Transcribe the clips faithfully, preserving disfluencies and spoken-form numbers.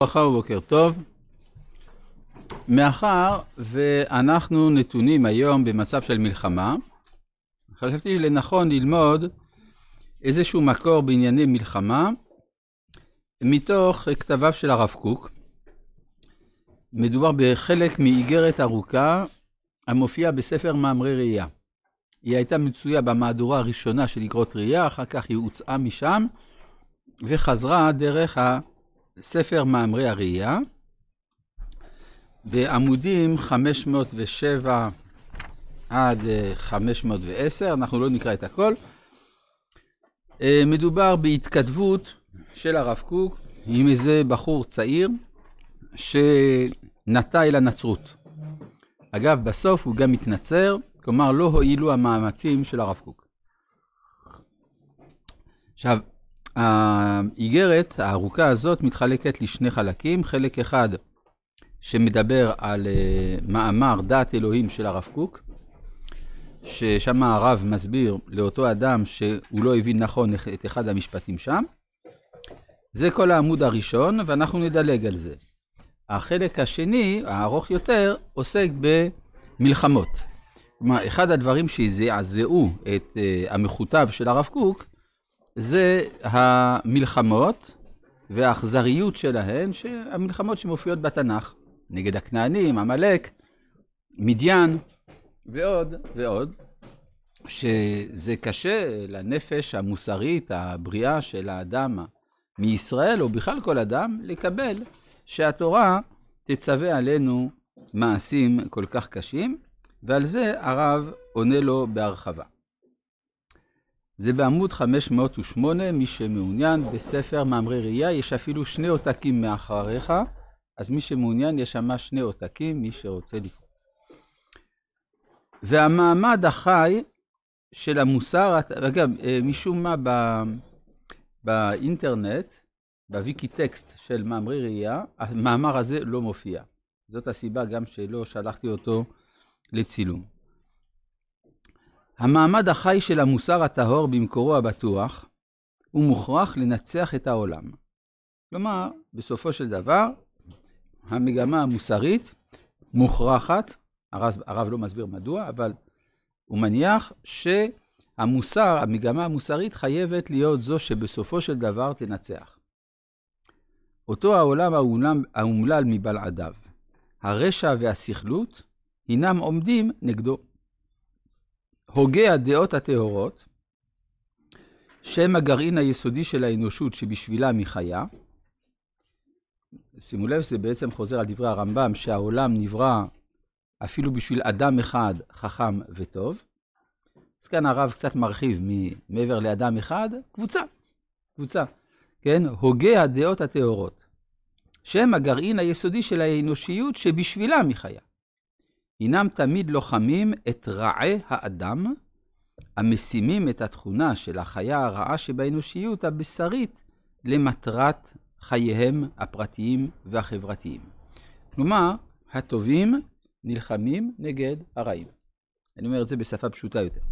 ברכה ובוקר טוב. מאחר ואנחנו נתונים היום במצב של מלחמה, חשבתי לנכון ללמוד איזשהו מקור בענייני מלחמה מתוך כתביו של הרב קוק. מדובר בחלק מאיגרת ארוכה המופיעה בספר מאמרי ראייה. היא הייתה מצויה במהדורה הראשונה של איגרות ראייה, אחר כך היא הוצאה משם וחזרה דרך הספר מאמרי הראייה בעמודים חמש מאות ושבע עד חמש מאות ועשר, אנחנו לא נקרא את הכל. מדובר בהתכתבות של הרב קוק עם איזה בחור צעיר שנטה אל הנצרות. אגב, בסוף הוא גם מתנצר, כלומר לא הועילו המאמצים של הרב קוק. עכשיו, האיגרת הארוכה הזאת מתחלקת לשני חלקים. חלק אחד שמדבר על uh, מאמר דעת אלוהים של הרב קוק, ששם הרב מסביר לאותו אדם שהוא לא הבין נכון את אחד המשפטים שם. זה כל העמוד הראשון, ואנחנו נדלג על זה. החלק השני, הארוך יותר, עוסק במלחמות. כלומר, אחד הדברים שזעזעו את uh, המכותב של הרב קוק, זה המלחמות והאכזריות שלהן, המלחמות שמופיעות בתנ"ך, נגד הכנענים, עמלק, מדיין ועוד ועוד, שזה קשה לנפש המוסרית, הבריאה של האדם מישראל, או בכלל כל אדם, לקבל שהתורה תצווה עלינו מעשים כל כך קשים, ועל זה הרב עונה לו בהרחבה. זה בעמוד חמש מאות ושמונה, מי שמעוניין בספר מאמרי ראייה, יש אפילו שני עותקים מאחריך, אז מי שמעוניין יש שם שני עותקים, מי שרוצה לקרוא. והמעמד החי של המוסר, אגב, משום מה בא, באינטרנט, בוויקי טקסט של מאמרי ראייה, המאמר הזה לא מופיע. זאת הסיבה גם שלא שלחתי אותו לצילום. המעמד החי של המוסר הטהור במקורו הבטוח, הוא מוכרח לנצח את העולם. כלומר, בסופו של דבר, המגמה המוסרית מוכרחת, הרב, הרב לא מסביר מדוע, אבל הוא מניח שהמוסר, המגמה המוסרית חייבת להיות זו שבסופו של דבר תנצח. אותו העולם האומלל מבלעדיו, הרשע והסכלות, הינם עומדים נגדו. הוגי הדעות הטהורות, שהם הגרעין היסודי של האנושות שבשבילה מחיה, שימו לב, זה בעצם חוזר על דברי הרמב"ם, שהעולם נברא אפילו בשביל אדם אחד חכם וטוב. אז כאן הרב קצת מרחיב מעבר לאדם אחד, קבוצה, קבוצה, כן? הוגי הדעות הטהורות, שהם הגרעין היסודי של האנושיות שבשבילה מחיה. הינם תמיד לוחמים את רעי האדם, המשימים את התכונה של החיה הרעה שבאנושיות הבשרית למטרת חייהם הפרטיים והחברתיים. כלומר, הטובים נלחמים נגד הרעים. אני אומר את זה בשפה פשוטה יותר.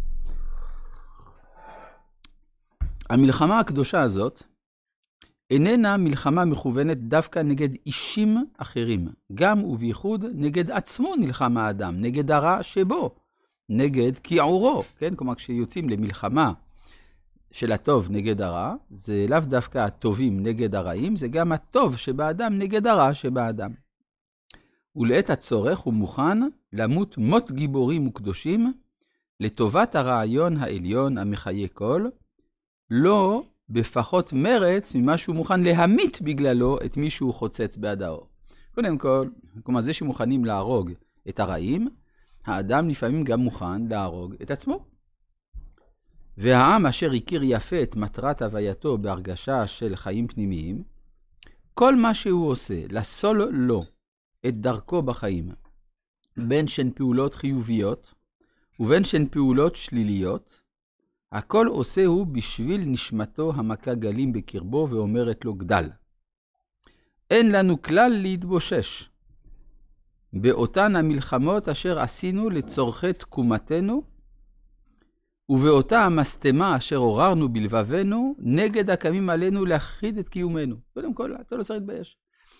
המלחמה הקדושה הזאת איננה מלחמה מכוונת דווקא נגד אישים אחרים, גם ובייחוד נגד עצמו נלחם האדם, נגד הרע שבו, נגד כיעורו, כן? כלומר, כשיוצאים למלחמה של הטוב נגד הרע, זה לאו דווקא הטובים נגד הרעים, זה גם הטוב שבאדם נגד הרע שבאדם. ולעת הצורך הוא מוכן למות מות גיבורים וקדושים, לטובת הרעיון העליון המחיה כל, לא בפחות מרץ ממה שהוא מוכן להמית בגללו את מי שהוא חוצץ בעד האור. קודם כל, כלומר זה שמוכנים להרוג את הרעים, האדם לפעמים גם מוכן להרוג את עצמו. והעם אשר הכיר יפה את מטרת הווייתו בהרגשה של חיים פנימיים, כל מה שהוא עושה, לסול לו את דרכו בחיים, בין שהן פעולות חיוביות ובין שהן פעולות שליליות, הכל עושה הוא בשביל נשמתו המכה גלים בקרבו ואומרת לו גדל. אין לנו כלל להתבושש. באותן המלחמות אשר עשינו לצורכי תקומתנו, ובאותה המסתמה אשר עוררנו בלבבנו, נגד הקמים עלינו להכחיד את קיומנו. קודם כל, אתה לא צריך להתבייש.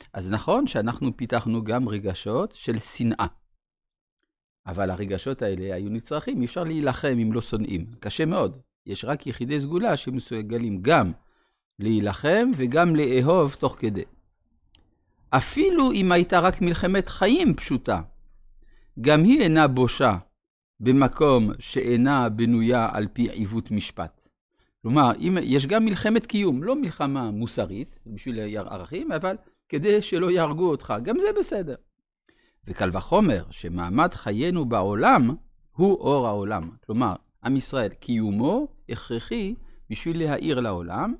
אז נכון שאנחנו פיתחנו גם רגשות של שנאה. אבל הרגשות האלה היו נצרכים, אי אפשר להילחם אם לא שונאים. קשה מאוד. יש רק יחידי סגולה שמסוגלים גם להילחם וגם לאהוב תוך כדי. אפילו אם הייתה רק מלחמת חיים פשוטה, גם היא אינה בושה במקום שאינה בנויה על פי עיוות משפט. כלומר, אם, יש גם מלחמת קיום, לא מלחמה מוסרית, בשביל ערכים, אבל כדי שלא יהרגו אותך, גם זה בסדר. וקל וחומר שמעמד חיינו בעולם הוא אור העולם. כלומר, עם ישראל, קיומו הכרחי בשביל להאיר לעולם,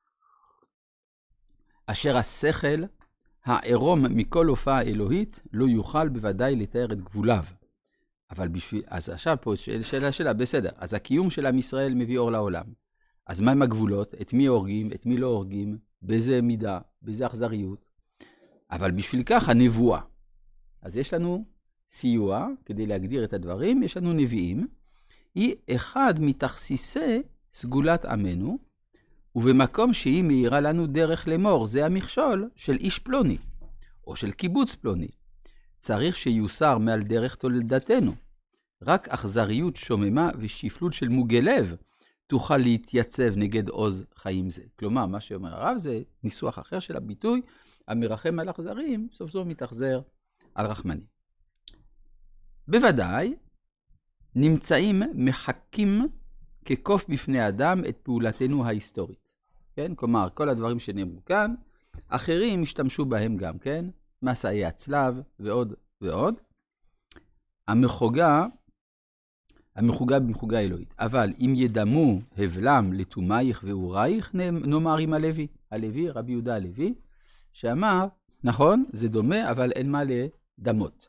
אשר השכל העירום מכל הופעה אלוהית לא יוכל בוודאי לתאר את גבוליו. אבל בשביל, אז עכשיו פה שאלה שאלה, בסדר, אז הקיום של עם ישראל מביא אור לעולם. אז מה עם הגבולות? את מי הורגים, את מי לא הורגים, באיזה מידה, באיזה אכזריות. אבל בשביל כך הנבואה. אז יש לנו סיוע כדי להגדיר את הדברים, יש לנו נביאים. היא אחד מתכסיסי סגולת עמנו, ובמקום שהיא מאירה לנו דרך למור, זה המכשול של איש פלוני, או של קיבוץ פלוני. צריך שיוסר מעל דרך תולדתנו. רק אכזריות שוממה ושפלות של מוגי לב תוכל להתייצב נגד עוז חיים זה. כלומר, מה שאומר הרב זה ניסוח אחר של הביטוי, המרחם על אכזרים, סוף סוף מתאכזר על רחמני. בוודאי, נמצאים מחכים כקוף בפני אדם את פעולתנו ההיסטורית. כן? כלומר, כל הדברים שנאמרו כאן, אחרים השתמשו בהם גם, כן? מסעי הצלב ועוד ועוד. המחוגה, המחוגה במחוגה אלוהית. אבל אם ידמו הבלם לתומייך ואורייך, נאמר עם הלוי. הלוי, רבי יהודה הלוי, שאמר, נכון, זה דומה, אבל אין מה לדמות.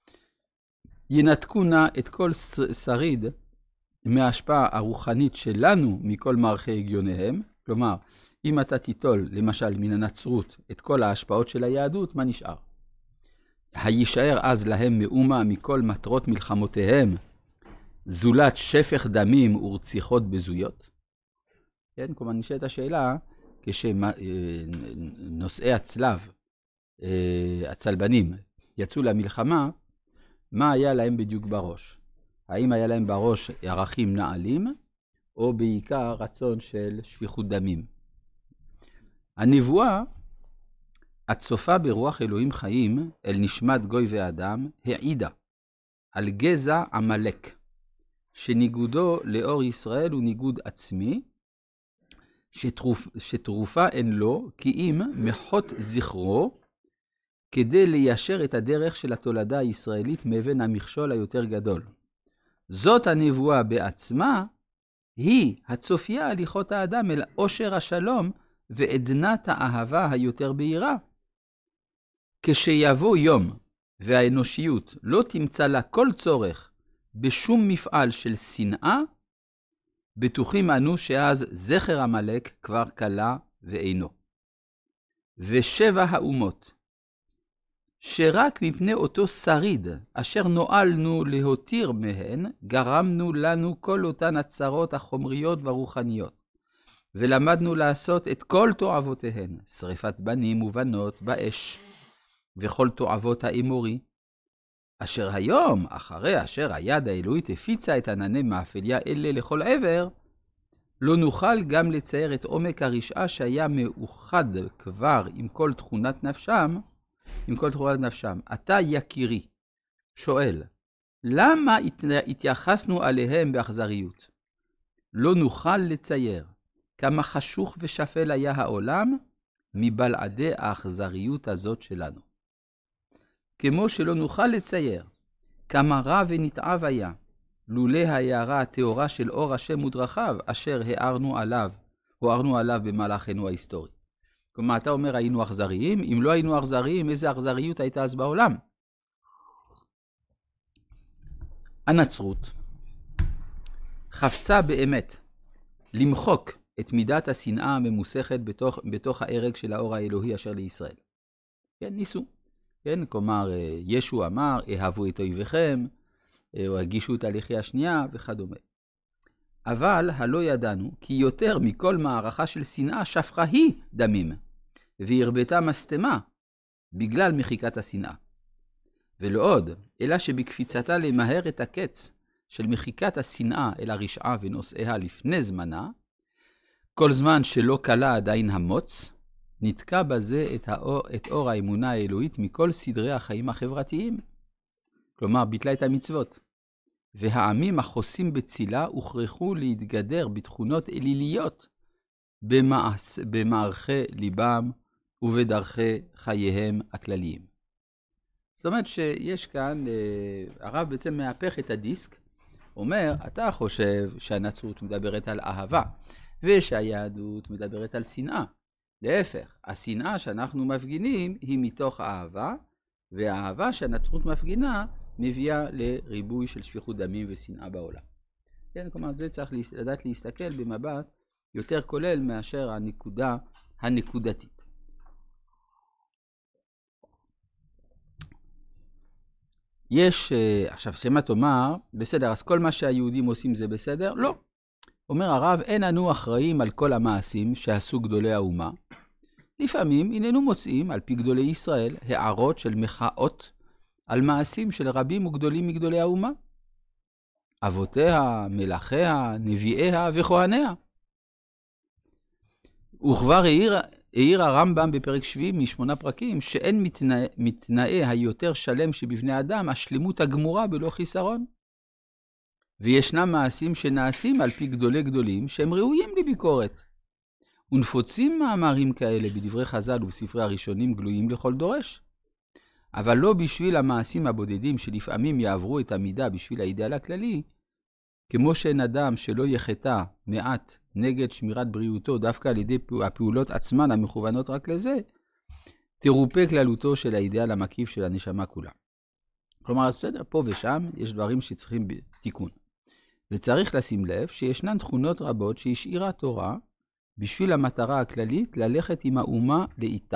ינתקו נא את כל שריד מההשפעה הרוחנית שלנו מכל מערכי הגיוניהם. כלומר, אם אתה תיטול, למשל, מן הנצרות, את כל ההשפעות של היהדות, מה נשאר? הישאר אז להם מאומה מכל מטרות מלחמותיהם, זולת שפך דמים ורציחות בזויות? כן, כלומר, נשאלת השאלה, כשנושאי הצלב, הצלבנים, יצאו למלחמה, מה היה להם בדיוק בראש? האם היה להם בראש ערכים נעלים, או בעיקר רצון של שפיכות דמים? הנבואה, הצופה ברוח אלוהים חיים אל נשמת גוי ואדם, העידה על גזע עמלק, שניגודו לאור ישראל הוא ניגוד עצמי, שתרופ, שתרופה אין לו, כי אם מחות זכרו, כדי ליישר את הדרך של התולדה הישראלית מאבן המכשול היותר גדול. זאת הנבואה בעצמה, היא הצופייה הליכות האדם אל עושר השלום ועדנת האהבה היותר בהירה. כשיבוא יום והאנושיות לא תמצא לה כל צורך בשום מפעל של שנאה, בטוחים אנו שאז זכר המלך כבר קלה ואינו. ושבע האומות, שרק מפני אותו שריד אשר נועלנו להותיר מהן, גרמנו לנו כל אותן הצרות החומריות והרוחניות, ולמדנו לעשות את כל תועבותיהן, שריפת בנים ובנות באש, וכל תועבות האמורי, אשר היום, אחרי אשר היד האלוהית הפיצה את ענני מאפליה אלה לכל עבר, לא נוכל גם לצייר את עומק הרשעה שהיה מאוחד כבר עם כל תכונת נפשם, עם כל תכונת נפשם. אתה יקירי, שואל, למה התייחסנו עליהם באכזריות? לא נוכל לצייר כמה חשוך ושפל היה העולם מבלעדי האכזריות הזאת שלנו. כמו שלא נוכל לצייר כמה רע ונתעב היה, לולא ההערה התאורה של אור השם ודרכיו, אשר הערנו עליו, הוערנו עליו במהלכנו ההיסטורי. כלומר, אתה אומר, היינו אכזריים? אם לא היינו אכזריים, איזה אכזריות הייתה אז בעולם? הנצרות חפצה באמת למחוק את מידת השנאה הממוסכת בתוך, בתוך הערג של האור האלוהי אשר לישראל. כן, ניסו. כן, כלומר, ישו אמר, אהבו את אויביכם, או הגישו את הלחי השנייה וכדומה. אבל הלא ידענו, כי יותר מכל מערכה של שנאה שפכה היא דמים, והרבתה מסתמה, בגלל מחיקת השנאה. ולא עוד, אלא שבקפיצתה למהר את הקץ של מחיקת השנאה אל הרשעה ונושאיה לפני זמנה, כל זמן שלא קלה עדיין המוץ, נתקע בזה את, האור, את אור האמונה האלוהית מכל סדרי החיים החברתיים. כלומר, ביטלה את המצוות. והעמים החוסים בצילה הוכרחו להתגדר בתכונות אליליות במעש, במערכי ליבם ובדרכי חייהם הכלליים. זאת אומרת שיש כאן, הרב בעצם מהפך את הדיסק, אומר, אתה חושב שהנצרות מדברת על אהבה, ושהיהדות מדברת על שנאה. להפך, השנאה שאנחנו מפגינים היא מתוך אהבה, והאהבה שהנצרות מפגינה מביאה לריבוי של שפיכות דמים ושנאה בעולם. כן, כלומר, זה צריך לדעת להסתכל במבט יותר כולל מאשר הנקודה הנקודתית. יש, עכשיו, שמה תאמר, בסדר, אז כל מה שהיהודים עושים זה בסדר? לא. אומר הרב, אין אנו אחראים על כל המעשים שעשו גדולי האומה. לפעמים איננו מוצאים, על פי גדולי ישראל, הערות של מחאות על מעשים של רבים וגדולים מגדולי האומה. אבותיה, מלאכיה, נביאיה וכהניה. וכבר העיר, העיר הרמב"ם בפרק שביעי משמונה פרקים, שאין מתנא, מתנאי היותר שלם שבבני אדם, השלמות הגמורה בלא חיסרון. וישנם מעשים שנעשים על פי גדולי גדולים, שהם ראויים לביקורת. ונפוצים מאמרים כאלה בדברי חז"ל ובספרי הראשונים גלויים לכל דורש. אבל לא בשביל המעשים הבודדים שלפעמים יעברו את המידה בשביל האידאל הכללי, כמו שאין אדם שלא יחטא מעט נגד שמירת בריאותו דווקא על ידי הפעולות עצמן המכוונות רק לזה, תרופה כללותו של האידאל המקיף של הנשמה כולה. כלומר, אז בסדר, פה ושם יש דברים שצריכים תיקון. וצריך לשים לב שישנן תכונות רבות שהשאירה התורה בשביל המטרה הכללית ללכת עם האומה לאיתה.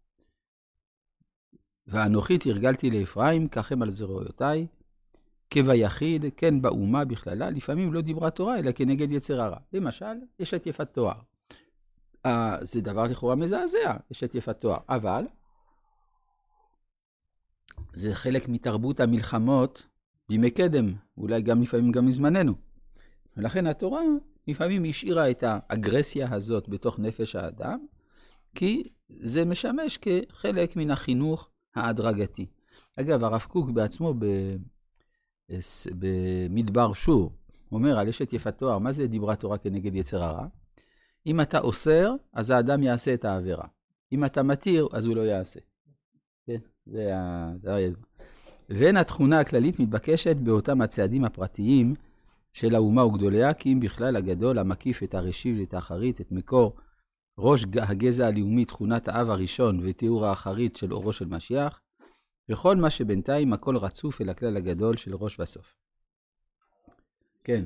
ואנוכי תרגלתי לאפרים, ככם על זרועותיי, כביחיד, כן באומה בכללה, לפעמים לא דיברה תורה, אלא כנגד יצר הרע. למשל, יש את יפת תואר. Uh, זה דבר לכאורה מזעזע, יש את יפת תואר. אבל, זה חלק מתרבות המלחמות בימי קדם, אולי גם לפעמים גם מזמננו. ולכן התורה לפעמים השאירה את האגרסיה הזאת בתוך נפש האדם, כי זה משמש כחלק מן החינוך ההדרגתי. אגב, הרב קוק בעצמו ב... במדבר שור, אומר על אשת יפת תואר, מה זה דיברה תורה כנגד יצר הרע? אם אתה אוסר, אז האדם יעשה את העבירה. אם אתה מתיר, אז הוא לא יעשה. כן, זה הדבר ידוע. ואין התכונה הכללית מתבקשת באותם הצעדים הפרטיים של האומה וגדוליה, כי אם בכלל הגדול המקיף את הראשית ואת האחרית, את מקור ראש הגזע הלאומי, תכונת האב הראשון ותיאור האחרית של אורו של משיח, וכל מה שבינתיים הכל רצוף אל הכלל הגדול של ראש בסוף. כן.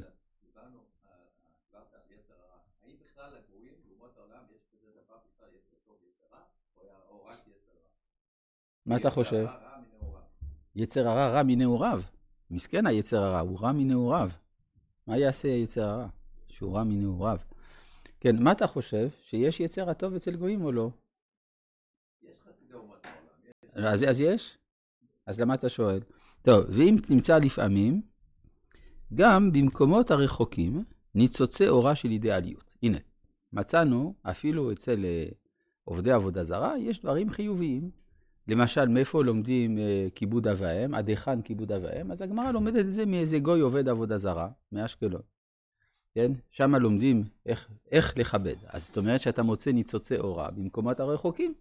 האם בכלל לגרועים, לעומת העולם, יש כזה דבר בכלל יצר טוב יצר רע, או רק יצר רע? מה אתה חושב? יצר הרע רע מנעוריו. מסכן היצר הרע, הוא רע מנעוריו. מה יעשה היצר הרע? שהוא רע מנעוריו. כן, מה אתה חושב? שיש יצר הטוב אצל גויים או לא? יש חסידי אומות העולם. אז, אז יש? אז למה אתה שואל? טוב, ואם נמצא לפעמים, גם במקומות הרחוקים ניצוצי אורה של אידיאליות. הנה, מצאנו, אפילו אצל עובדי עבודה זרה, יש דברים חיוביים. למשל, מאיפה לומדים כיבוד אב ואם, עד היכן כיבוד אב ואם, אז הגמרא לומדת את זה מאיזה גוי עובד עבודה זרה, מאשקלון. כן? שם לומדים איך, איך לכבד. אז זאת אומרת שאתה מוצא ניצוצי אורה במקומות הרחוקים.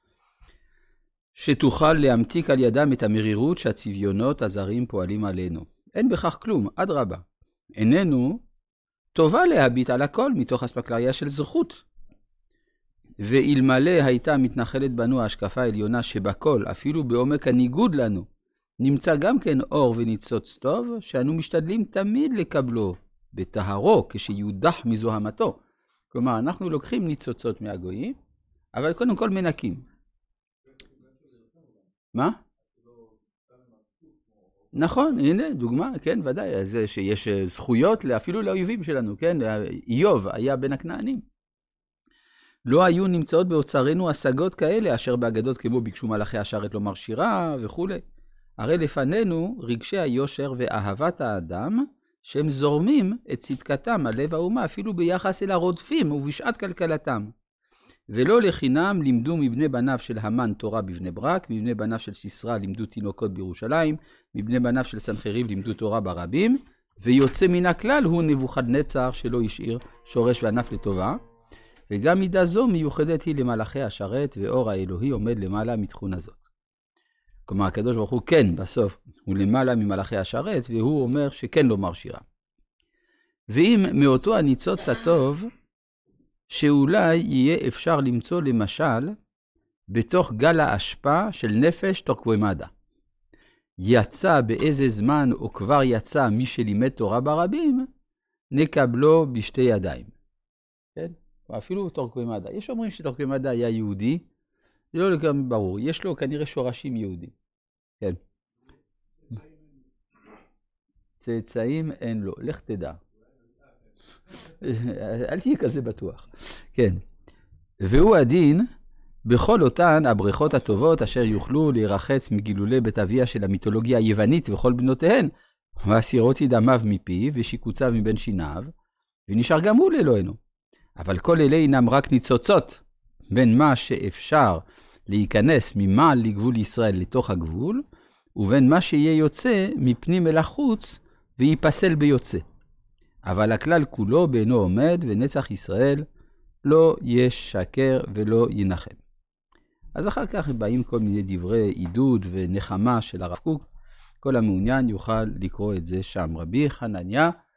שתוכל להמתיק על ידם את המרירות שהצביונות הזרים פועלים עלינו. אין בכך כלום, עד רבה. איננו טובה להביט על הכל מתוך אספקלריה של זכות. ואלמלא הייתה מתנחלת בנו ההשקפה העליונה שבכל, אפילו בעומק הניגוד לנו, נמצא גם כן אור וניצוץ טוב, שאנו משתדלים תמיד לקבלו בטהרו כשיודח מזוהמתו. כלומר, אנחנו לוקחים ניצוצות מהגויים, אבל קודם כל מנקים. מה? נכון, הנה, דוגמה, כן, ודאי, זה שיש זכויות אפילו לאויבים שלנו, כן? איוב היה בין הכנענים. לא היו נמצאות באוצרנו השגות כאלה, אשר באגדות כמו ביקשו מלאכי השרת לומר שירה וכו'. הרי לפנינו רגשי היושר ואהבת האדם, שהם זורמים את צדקתם על לב האומה, אפילו ביחס אל הרודפים ובשעת כלכלתם. ולא לחינם לימדו מבני בניו של המן תורה בבני ברק, מבני בניו של סיסרא לימדו תינוקות בירושלים, מבני בניו של סנחריב לימדו תורה ברבים, ויוצא מן הכלל הוא נבוכדנצר שלא השאיר שורש וענף לטובה, וגם מידה זו מיוחדת היא למלאכי השרת, ואור האלוהי עומד למעלה מתכונה זאת. כלומר, הקדוש ברוך הוא כן, בסוף, הוא למעלה ממלאכי השרת, והוא אומר שכן לומר שירה. ואם מאותו הניצוץ הטוב, שאולי יהיה אפשר למצוא למשל, בתוך גל האשפה של נפש תורקווימדה. יצא באיזה זמן או כבר יצא מי שלימד תורה ברבים, נקבלו בשתי ידיים. כן? אפילו תורקווימדה. יש אומרים שתורקווימדה היה יהודי, זה לא לגמרי ברור. יש לו כנראה שורשים יהודים. כן. צאצאים אין לו, לך תדע. אל תהיה כזה בטוח. כן. והוא הדין בכל אותן הבריכות הטובות אשר יוכלו להירחץ מגילולי בית אביה של המיתולוגיה היוונית וכל בנותיהן, והסירות ידמיו מפיו ושיקוציו מבין שיניו, ונשאר גם הוא לאלוהינו. אבל כל אלה אינם רק ניצוצות בין מה שאפשר להיכנס ממעל לגבול ישראל לתוך הגבול, ובין מה שיהיה יוצא מפנים אל החוץ וייפסל ביוצא. אבל הכלל כולו בעינו עומד, ונצח ישראל לא ישקר ולא ינחם. אז אחר כך באים כל מיני דברי עידוד ונחמה של הרב קוק. כל המעוניין יוכל לקרוא את זה שם. רבי חנניה